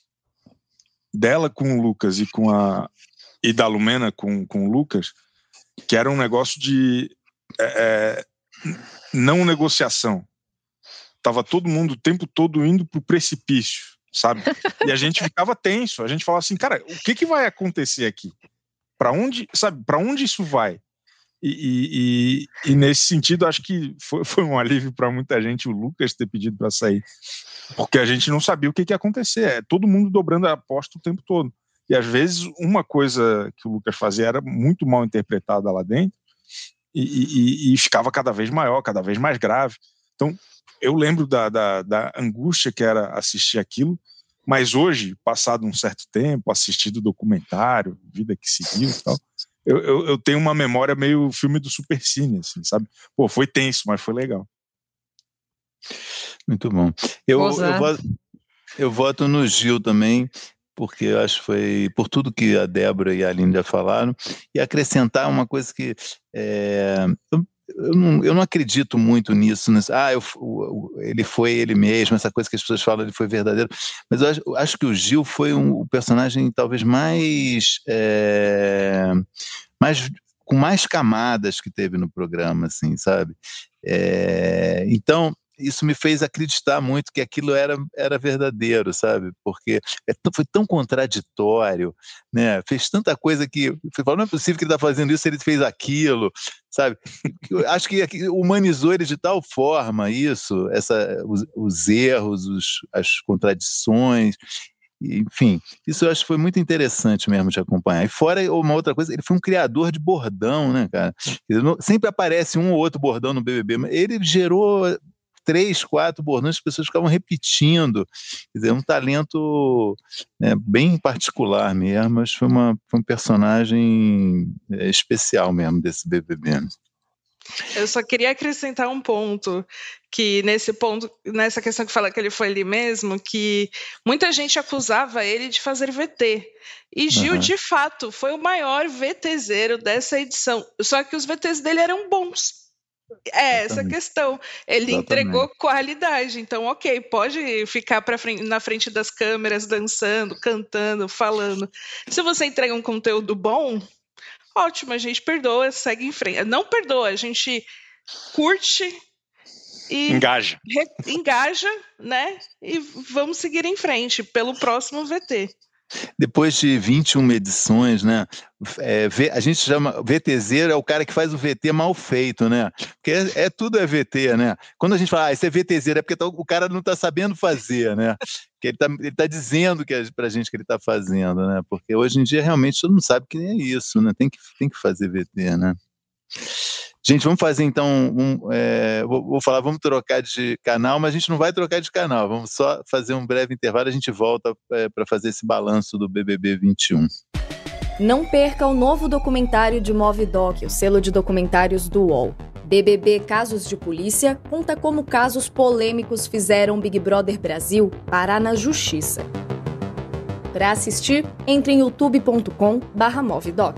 dela com o Lucas e com a e da Lumena com, com o Lucas, que era um negócio de é, não negociação. Tava todo mundo o tempo todo indo pro precipício, sabe? E a gente ficava tenso, a gente falava assim, cara, o que que vai acontecer aqui? Para onde, sabe, para onde isso vai? E, e, e, e nesse sentido, acho que foi, foi um alívio para muita gente o Lucas ter pedido para sair, porque a gente não sabia o que, que ia acontecer. É todo mundo dobrando a aposta o tempo todo. E às vezes uma coisa que o Lucas fazia era muito mal interpretada lá dentro e, e, e ficava cada vez maior, cada vez mais grave. Então, eu lembro da, da, da angústia que era assistir aquilo, mas hoje, passado um certo tempo, assistido o documentário, Vida que Seguiu e tal, eu, eu, eu tenho uma memória meio filme do Supercine, assim, sabe? Pô, foi tenso, mas foi legal. Muito bom. Eu, eu, voto, eu voto no Gil também, porque eu acho que foi por tudo que a Débora e a Aline já falaram, e acrescentar uma coisa que é, eu, eu, não, eu não acredito muito nisso, nisso. Ah, eu, ele foi ele mesmo, essa coisa que as pessoas falam, ele foi verdadeiro, mas eu acho, eu acho que o Gil foi um, o personagem talvez mais, é, mais com mais camadas que teve no programa, assim, sabe? É, então isso me fez acreditar muito que aquilo era, era verdadeiro, sabe? Porque é, foi tão contraditório, né? Fez tanta coisa que você fala, não é possível que ele está fazendo isso, ele fez aquilo, sabe? Eu acho que humanizou ele de tal forma isso, essa, os, os erros, os, as contradições, enfim, isso eu acho que foi muito interessante mesmo de acompanhar. E fora uma outra coisa, ele foi um criador de bordão, né, cara? Sempre aparece um ou outro bordão no B B B, mas ele gerou três, quatro bordões, as pessoas ficavam repetindo, quer dizer, um talento, né, bem particular mesmo, mas foi, uma, foi um personagem é, especial mesmo desse B B B. Eu só queria acrescentar um ponto, que nesse ponto, nessa questão que fala que ele foi ele mesmo, que muita gente acusava ele de fazer V T, e Gil, uhum. de fato, foi o maior VTzeiro dessa edição, só que os V Ts dele eram bons. É essa a questão. Ele Exatamente. entregou qualidade. Então, ok, pode ficar pra frente, na frente das câmeras, dançando, cantando, falando. Se você entrega um conteúdo bom, ótimo, a gente perdoa, segue em frente. Não perdoa, a gente curte e engaja. Re, engaja, né? E vamos seguir em frente pelo próximo V T. Depois de vinte e uma edições, né, é, a gente chama VTzeiro, é o cara que faz o V T mal feito, né, porque é, é tudo é V T, né, quando a gente fala, ah, esse é VTzeiro, é porque tá, o cara não está sabendo fazer, né, que ele está ele tá dizendo que é pra gente que ele está fazendo, né, porque hoje em dia realmente todo mundo sabe que é isso, né, tem que, tem que fazer V T, né. Gente, vamos fazer então, um, é, vou, vou falar, vamos trocar de canal, mas a gente não vai trocar de canal, vamos só fazer um breve intervalo, a gente volta é, para fazer esse balanço do B B B vinte e um. Não perca o novo documentário de Movidoc, o selo de documentários do U O L. B B B Casos de Polícia conta como casos polêmicos fizeram Big Brother Brasil parar na justiça. Para assistir, entre em youtube ponto com barra movidoc.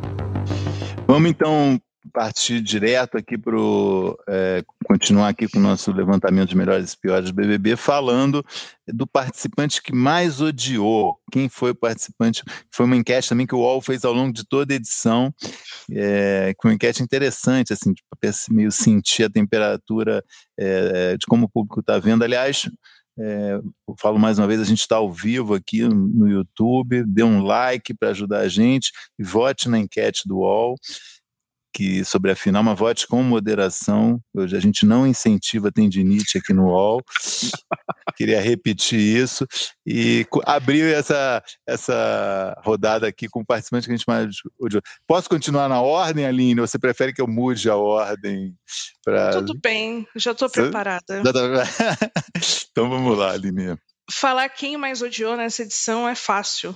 Vamos então partir direto aqui para é, continuar aqui com o nosso levantamento de melhores e piores do B B B, falando do participante que mais odiou. Quem foi o participante? Foi uma enquete também que o U O L fez ao longo de toda a edição, é, com uma enquete interessante, assim, para meio sentir a temperatura é, de como o público está vendo. Aliás, é, eu falo mais uma vez, a gente está ao vivo aqui no, no YouTube, dê um like para ajudar a gente e vote na enquete do U O L. Que sobre a final, mas vote com moderação. Hoje a gente não incentiva tendinite aqui no U O L. Queria repetir isso. E abrir essa, essa rodada aqui com o participante que a gente mais odiou. Posso continuar na ordem, Aline? Ou você prefere que eu mude a ordem? Pra... Tudo bem, já estou preparada. Já tá... Então vamos lá, Aline. Falar quem mais odiou nessa edição é fácil.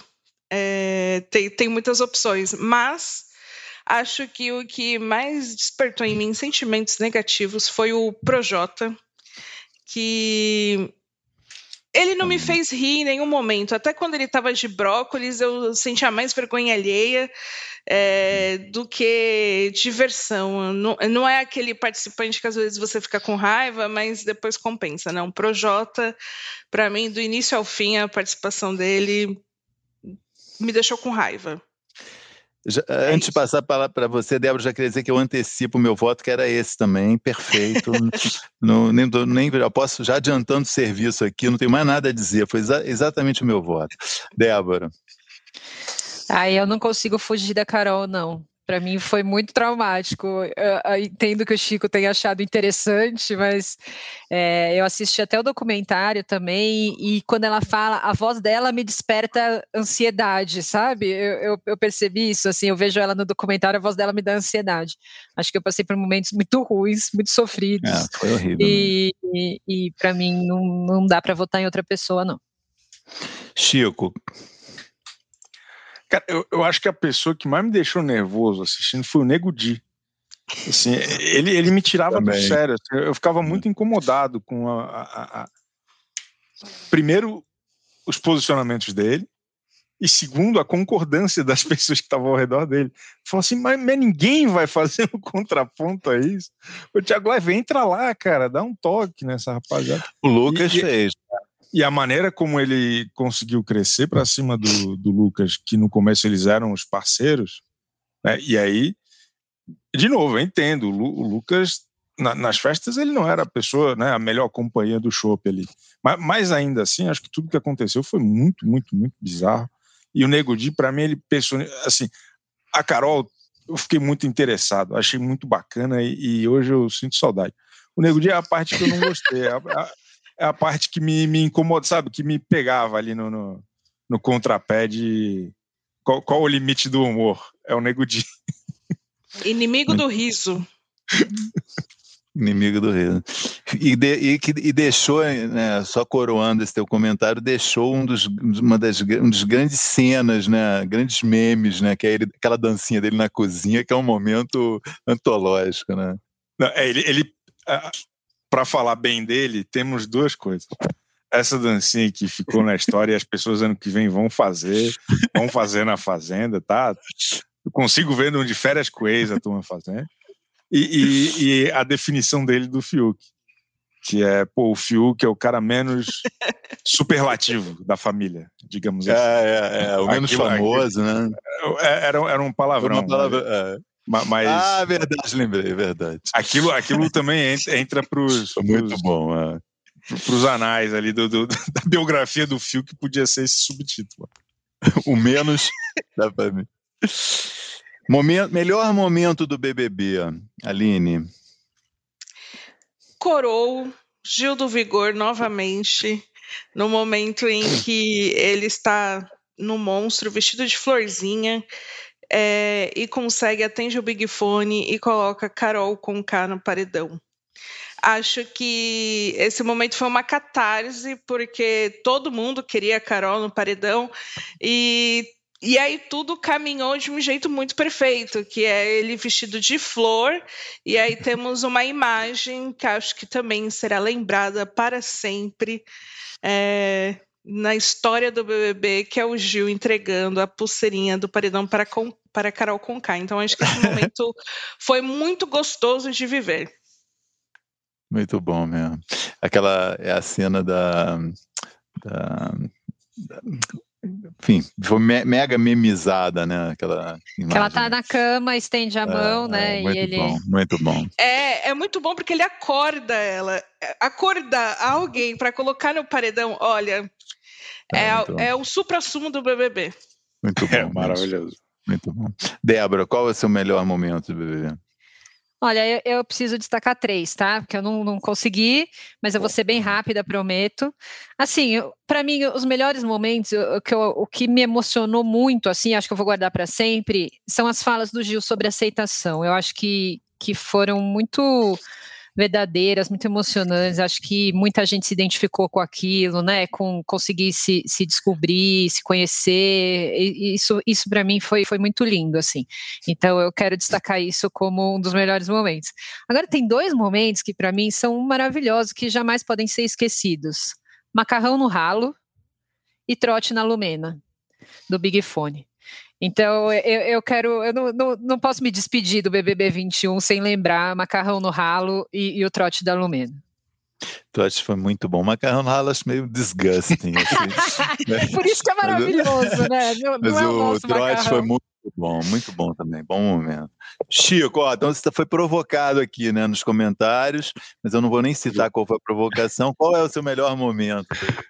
É, tem, tem muitas opções, mas acho que o que mais despertou em mim sentimentos negativos foi o Projota, que Ele não me fez rir em nenhum momento. Até quando ele estava de brócolis, eu sentia mais vergonha alheia é, do que diversão. Não, não é aquele participante que às vezes você fica com raiva, mas depois compensa. Não, Projota, para mim, do início ao fim, a participação dele me deixou com raiva. Já, é antes isso. de passar a palavra para você, Débora, já queria dizer que eu antecipo o meu voto, que era esse também, perfeito. não, nem, nem, eu posso, já adiantando o serviço aqui, não tenho mais nada a dizer, foi exa- exatamente o meu voto. Débora. Ah, eu não consigo fugir da Carol, não. Para mim foi muito traumático. Eu, eu entendo que o Chico tenha achado interessante, mas é, eu assisti até o documentário também, e quando ela fala, a voz dela me desperta ansiedade, sabe? Eu, eu, eu percebi isso, assim, eu vejo ela no documentário, a voz dela me dá ansiedade. Acho que eu passei por momentos muito ruins, muito sofridos. É, foi horrível. E, e, e para mim não, não dá para votar em outra pessoa, não. Chico. Cara, eu, eu acho que a pessoa que mais me deixou nervoso assistindo foi o Nego Di. Assim, ele, ele me tirava Também. do sério. Assim, eu ficava muito incomodado com a, a, a... Primeiro, os posicionamentos dele, e segundo, a concordância das pessoas que estavam ao redor dele. Falou assim, mas, mas ninguém vai fazer um contraponto a isso. O Thiago Live, entra lá, cara, dá um toque nessa rapaziada. O Lucas e, fez. E a maneira como ele conseguiu crescer para cima do, do Lucas, que no começo eles eram os parceiros, né? E aí, de novo, eu entendo, o, Lu, o Lucas, na, nas festas, ele não era a pessoa, né, a melhor companhia do chopp ali. Mas, mas ainda assim, acho que tudo que aconteceu foi muito, muito, muito bizarro. E o Nego Di, para mim, ele pensou, assim, a Carol, eu fiquei muito interessado, achei muito bacana e, e hoje eu sinto saudade. O Nego Di é a parte que eu não gostei, a, a, é a parte que me, me incomoda, sabe? Que me pegava ali no, no, no contrapé de qual, qual o limite do humor? É o Nego Di. Inimigo do riso. Inimigo do riso. E, de, e, e deixou, né, só coroando esse teu comentário, deixou um dos, uma das um dos grandes cenas, né, grandes memes, né, que é ele, aquela dancinha dele na cozinha, que é um momento antológico, né? Não, é, ele... ele a... Para falar bem dele, temos duas coisas. Essa dancinha que ficou na história e as pessoas ano que vem vão fazer, vão fazer na Fazenda, tá? Eu consigo ver no de férias com ex a turma fazendo. E, e, e a definição dele do Fiuk, que é, pô, o Fiuk é o cara menos superlativo da família, digamos assim. É, é, é o menos aquilo, famoso, aquilo, né? Era, era um palavrão. Uma palavra, é. Mas, ah, verdade, lembrei, verdade. Aquilo, aquilo também entra, entra para os muito bom, é. Pros anais ali do, do, da biografia do Fiuk, que podia ser esse subtítulo. O menos dá para mim. Momento, melhor momento do B B B, Aline. Coroou Gil do Vigor novamente, no momento em que ele está no monstro vestido de florzinha. É, e consegue, atende o Big Fone e coloca Carol Conká no paredão. Acho que esse momento foi uma catarse, porque todo mundo queria a Carol no paredão, e, e aí tudo caminhou de um jeito muito perfeito, que é ele vestido de flor, e aí temos uma imagem que acho que também será lembrada para sempre, é, na história do B B B, que é o Gil entregando a pulseirinha do paredão para, com, para Carol Conká. Então, acho que esse momento foi muito gostoso de viver. Muito bom mesmo. Aquela é a cena da... da, da enfim, foi me, mega memizada, né? Aquela imagem. Que ela tá na cama, estende a mão, é, né? É, muito e ele... bom, muito bom. É, é muito bom porque ele acorda ela. Acordar alguém para colocar no paredão, olha... É, é, é o supra-sumo do B B B. Muito bom. É maravilhoso. Muito bom. Débora, qual é o seu melhor momento do B B B? Olha, eu, eu preciso destacar três, tá? Porque eu não, não consegui, mas eu vou ser bem rápida, prometo. Assim, para mim, os melhores momentos, o que, eu, o que me emocionou muito, assim, acho que eu vou guardar para sempre, são as falas do Gil sobre aceitação. Eu acho que, que foram muito verdadeiras, muito emocionantes. Acho que muita gente se identificou com aquilo, né? Com conseguir se, se descobrir, se conhecer. E isso, isso para mim foi, foi muito lindo, assim. Então eu quero destacar isso como um dos melhores momentos. Agora tem dois momentos que para mim são maravilhosos, que jamais podem ser esquecidos. Macarrão no Ralo e Trote na Lumena, do Big Fone. Então, eu, eu quero, eu não, não, não posso me despedir do B B B vinte e um sem lembrar Macarrão no Ralo e, e o Trote da Lumena. Trote foi muito bom. Macarrão no Ralo acho meio disgusting. Assim, né? Por isso que é maravilhoso, né? Não, Mas não é o, o nosso Trote macarrão. foi muito bom, muito bom também, bom momento. Chico, ó, então você foi provocado aqui, né, nos comentários, mas eu não vou nem citar qual foi a provocação. Qual é o seu melhor momento?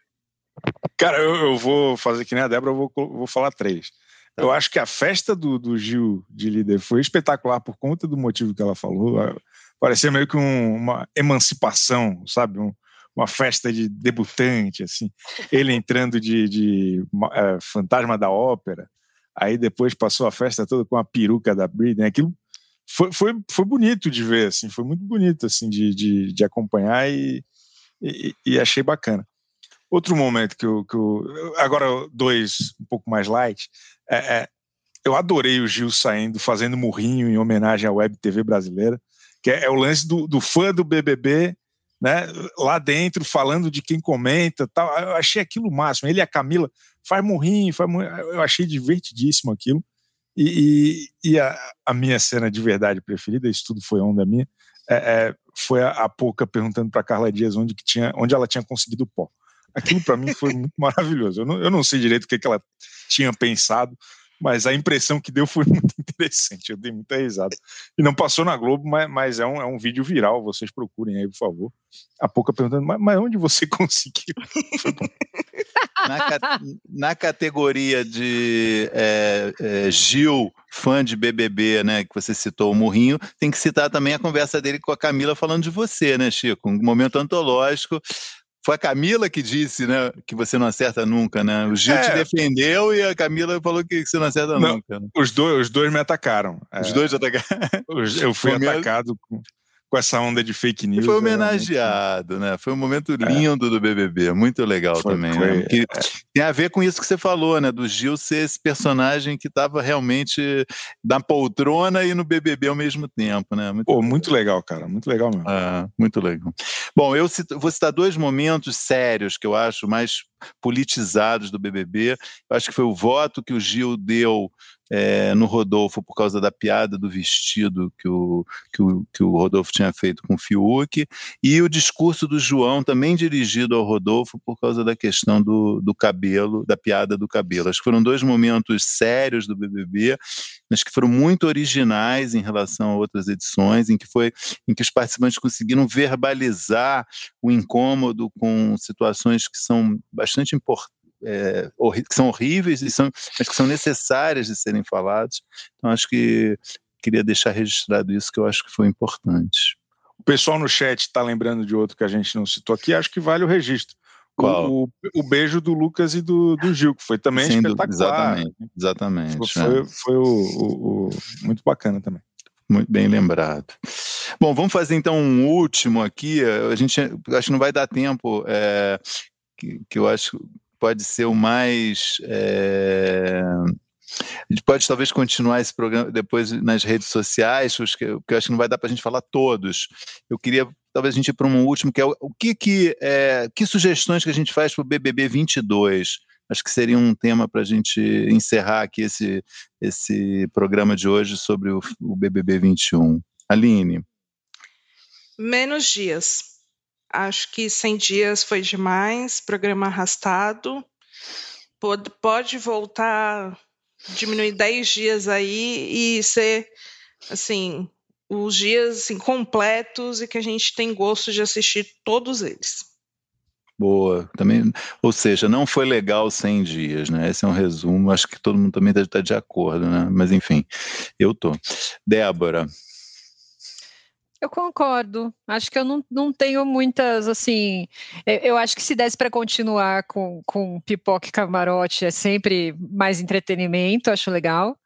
Cara, eu, eu vou fazer que nem a Débora, eu vou, vou falar três. Tá. Eu acho que a festa do, do Gil de líder foi espetacular por conta do motivo que ela falou. Parecia meio que um, uma emancipação, sabe? Um, uma festa de debutante, assim. Ele entrando de, de é, fantasma da ópera, aí depois passou a festa toda com a peruca da Britney. Aquilo foi, foi, foi bonito de ver, assim, foi muito bonito assim, de, de, de acompanhar e, e, e achei bacana. Outro momento que eu, que eu... Agora, dois um pouco mais light. É, é, eu adorei o Gil saindo, fazendo murrinho em homenagem à Web T V brasileira, que é, é o lance do, do fã do B B B, né, lá dentro, falando de quem comenta. Tal. Eu achei aquilo o máximo. Ele e a Camila faz murrinho, faz murrinho. Eu achei divertidíssimo aquilo. E, e, e a, a minha cena de verdade preferida, isso tudo foi onda minha, é, é, foi a, a Poca perguntando para Carla Dias onde, que tinha, onde ela tinha conseguido o pó. Aquilo para mim foi muito maravilhoso. Eu não, eu não sei direito o que, que ela tinha pensado, mas a impressão que deu foi muito interessante. Eu dei muita risada. E não passou na Globo, mas, mas é, um, é um vídeo viral. Vocês procurem aí, por favor. A Poca perguntando, mas, mas onde você conseguiu? Foi bom. Na, na categoria de é, é, Gil, fã de B B B, né, que você citou o Murrinho, tem que citar também a conversa dele com a Camila falando de você, né, Chico? Um momento antológico. Foi a Camila que disse, né, que você não acerta nunca, né? O Gil é. te defendeu e a Camila falou que você não acerta não, nunca. Né? Os, dois, os dois me atacaram. Os é, dois te atacaram? Eu fui atacado com, com essa onda de fake news. E foi homenageado, realmente... né? Foi um momento lindo é. do B B B, muito legal foi, também. Foi, né? Que, é. Tem a ver com isso que você falou, né? Do Gil ser esse personagem que estava realmente na poltrona e no B B B ao mesmo tempo, né? Muito Pô, legal. muito legal, cara, muito legal mesmo. É, muito legal. Bom, eu cito, vou citar dois momentos sérios que eu acho mais politizados do B B B. Eu acho que foi o voto que o Gil deu É, no Rodolfo por causa da piada do vestido que o, que o, que o Rodolfo tinha feito com o Fiuk, e o discurso do João também dirigido ao Rodolfo por causa da questão do, do cabelo, da piada do cabelo. Acho que foram dois momentos sérios do B B B, mas que foram muito originais em relação a outras edições, em que, foi, em que os participantes conseguiram verbalizar o incômodo com situações que são bastante importantes, É, que são horríveis, e são, mas que são necessárias de serem falados. Então acho que queria deixar registrado isso, que eu acho que foi importante. O pessoal no chat está lembrando de outro que a gente não citou aqui, acho que vale o registro. Qual? O, o, o beijo do Lucas e do, do Gil, que foi também Sim, espetacular. Exatamente, exatamente. Foi, foi, foi o, o, o, muito bacana também. Muito bem lembrado. Bom, vamos fazer então um último aqui. A gente acho que não vai dar tempo, é, que, que eu acho pode ser o mais... É... A gente pode talvez continuar esse programa depois nas redes sociais, porque eu acho que não vai dar para a gente falar todos. Eu queria talvez a gente ir para um último, que é o, o que, que, é, que sugestões que a gente faz para o B B B vinte e dois? Acho que seria um tema para a gente encerrar aqui esse, esse programa de hoje sobre o, o B B B vinte e um. Aline? Menos dias. Acho que cem dias foi demais, programa arrastado. Pode, pode voltar, diminuir dez dias aí e ser, assim, os dias assim, completos e que a gente tem gosto de assistir todos eles. Boa. Também, ou seja, não foi legal cem dias, né? Esse é um resumo, acho que todo mundo também deve estar de acordo, né? Mas enfim, eu tô. Débora? Eu concordo, acho que eu não, não tenho muitas, assim, eu, eu acho que se desse para continuar com, com pipoca e camarote é sempre mais entretenimento, acho legal.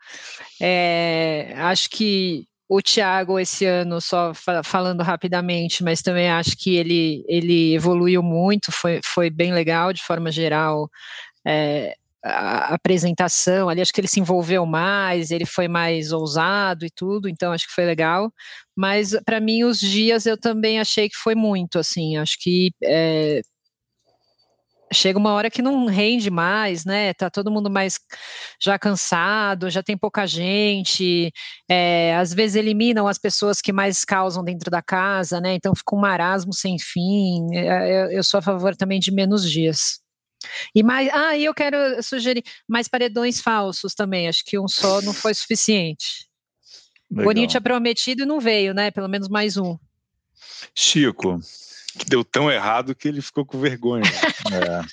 É, acho que o Thiago esse ano, só fa- falando rapidamente, mas também acho que ele, ele evoluiu muito, foi, foi bem legal de forma geral, é, a apresentação ali, acho que ele se envolveu mais, ele foi mais ousado e tudo, então acho que foi legal, mas para mim os dias eu também achei que foi muito, assim, acho que é, chega uma hora que não rende mais, né? Tá todo mundo mais já cansado, já tem pouca gente, é, às vezes eliminam as pessoas que mais causam dentro da casa, né? Então fica um marasmo sem fim. Eu, eu sou a favor também de menos dias. E mais, ah, e eu quero sugerir mais paredões falsos também. Acho que um só não foi suficiente. Legal. Boninho tinha prometido e não veio, né? Pelo menos mais um. Chico, que deu tão errado que ele ficou com vergonha. É.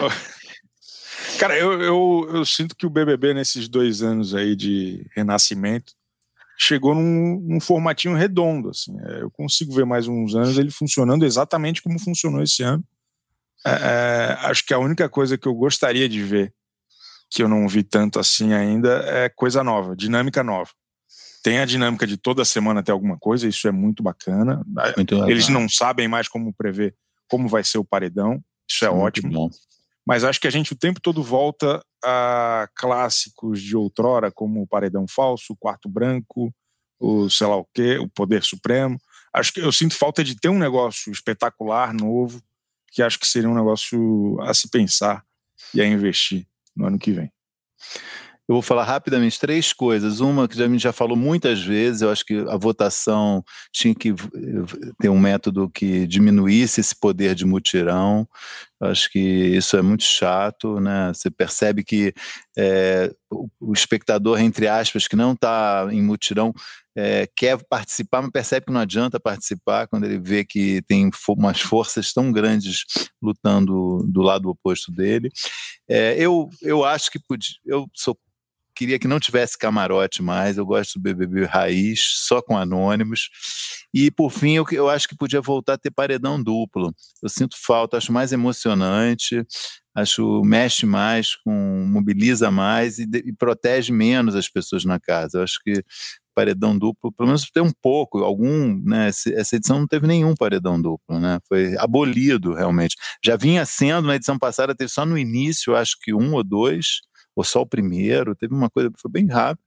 Mas, cara, eu, eu, eu sinto que o B B B nesses dois anos aí de renascimento chegou num, num formatinho redondo, assim. Eu consigo ver mais uns anos ele funcionando exatamente como funcionou esse ano. É, é, acho que a única coisa que eu gostaria de ver, que eu não vi tanto assim ainda, é coisa nova, dinâmica nova. Tem a dinâmica de toda semana ter alguma coisa, isso é muito bacana. Muito Eles legal. Não sabem mais como prever como vai ser o paredão, isso é muito ótimo. Bom. Mas acho que a gente o tempo todo volta a clássicos de outrora, como o Paredão Falso, o Quarto Branco, o sei lá o quê, o Poder Supremo. Acho que eu sinto falta de ter um negócio espetacular, novo, que acho que seria um negócio a se pensar e a investir no ano que vem. Eu vou falar rapidamente três coisas. Uma que a gente já falou muitas vezes, eu acho que a votação tinha que ter um método que diminuísse esse poder de mutirão. Eu acho que isso é muito chato, né? Você percebe que é, o, o espectador, entre aspas, que não está em mutirão, é, quer participar, mas percebe que não adianta participar quando ele vê que tem fo- umas forças tão grandes lutando do lado oposto dele. É, eu, eu acho que podia, eu sou queria que não tivesse camarote mais, eu gosto do B B B raiz, só com anônimos, e por fim eu, eu acho que podia voltar a ter paredão duplo, eu sinto falta, acho mais emocionante, acho mexe mais, com, mobiliza mais e, de, e protege menos as pessoas na casa. Eu acho que paredão duplo, pelo menos tem um pouco, algum, né, essa edição não teve nenhum paredão duplo, né, foi abolido realmente, já vinha sendo, na edição passada teve só no início, acho que um ou dois, ou só o primeiro, teve uma coisa que foi bem rápido.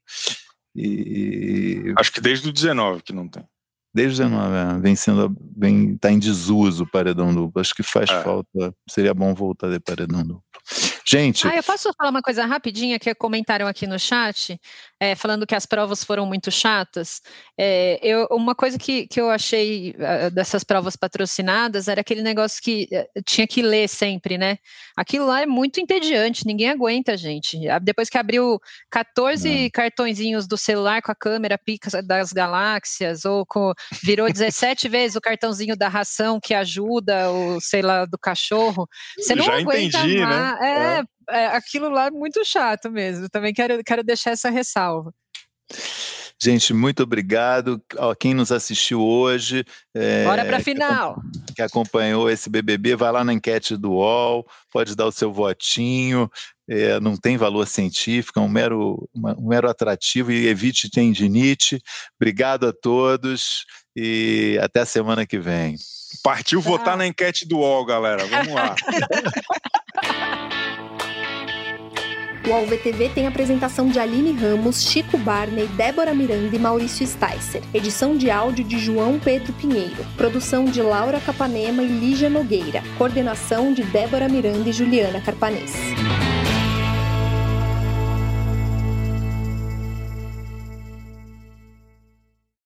E... Acho que desde o dezenove que não tem. Desde o dezenove, é, vem sendo, vem, tá em desuso o paredão duplo. Acho que faz é. falta, seria bom voltar de paredão duplo. Gente... Ah, eu posso falar uma coisa rapidinha que comentaram aqui no chat, é, falando que as provas foram muito chatas. É, eu, uma coisa que, que eu achei uh, dessas provas patrocinadas era aquele negócio que uh, tinha que ler sempre, né? Aquilo lá é muito entediante, ninguém aguenta, gente. Depois que abriu catorze é. cartõezinhos do celular com a câmera pica das galáxias, ou com, virou dezessete vezes o cartãozinho da ração que ajuda, ou sei lá, do cachorro, você não Já aguenta entendi, mais. né? É, é. É, aquilo lá é muito chato mesmo. Também quero, quero deixar essa ressalva. Gente, muito obrigado a quem nos assistiu hoje. É, Bora para a final. Que, que acompanhou esse B B B, vai lá na enquete do U O L, pode dar o seu votinho. É, não tem valor científico, é um mero, uma, um mero atrativo e evite tendinite. Obrigado a todos e até a semana que vem. Partiu ah. votar na enquete do U O L, galera. Vamos lá. O U O L V T V tem apresentação de Aline Ramos, Chico Barney, Débora Miranda e Maurício Sticer. Edição de áudio de João Pedro Pinheiro. Produção de Laura Capanema e Lígia Nogueira. Coordenação de Débora Miranda e Juliana Carpanês.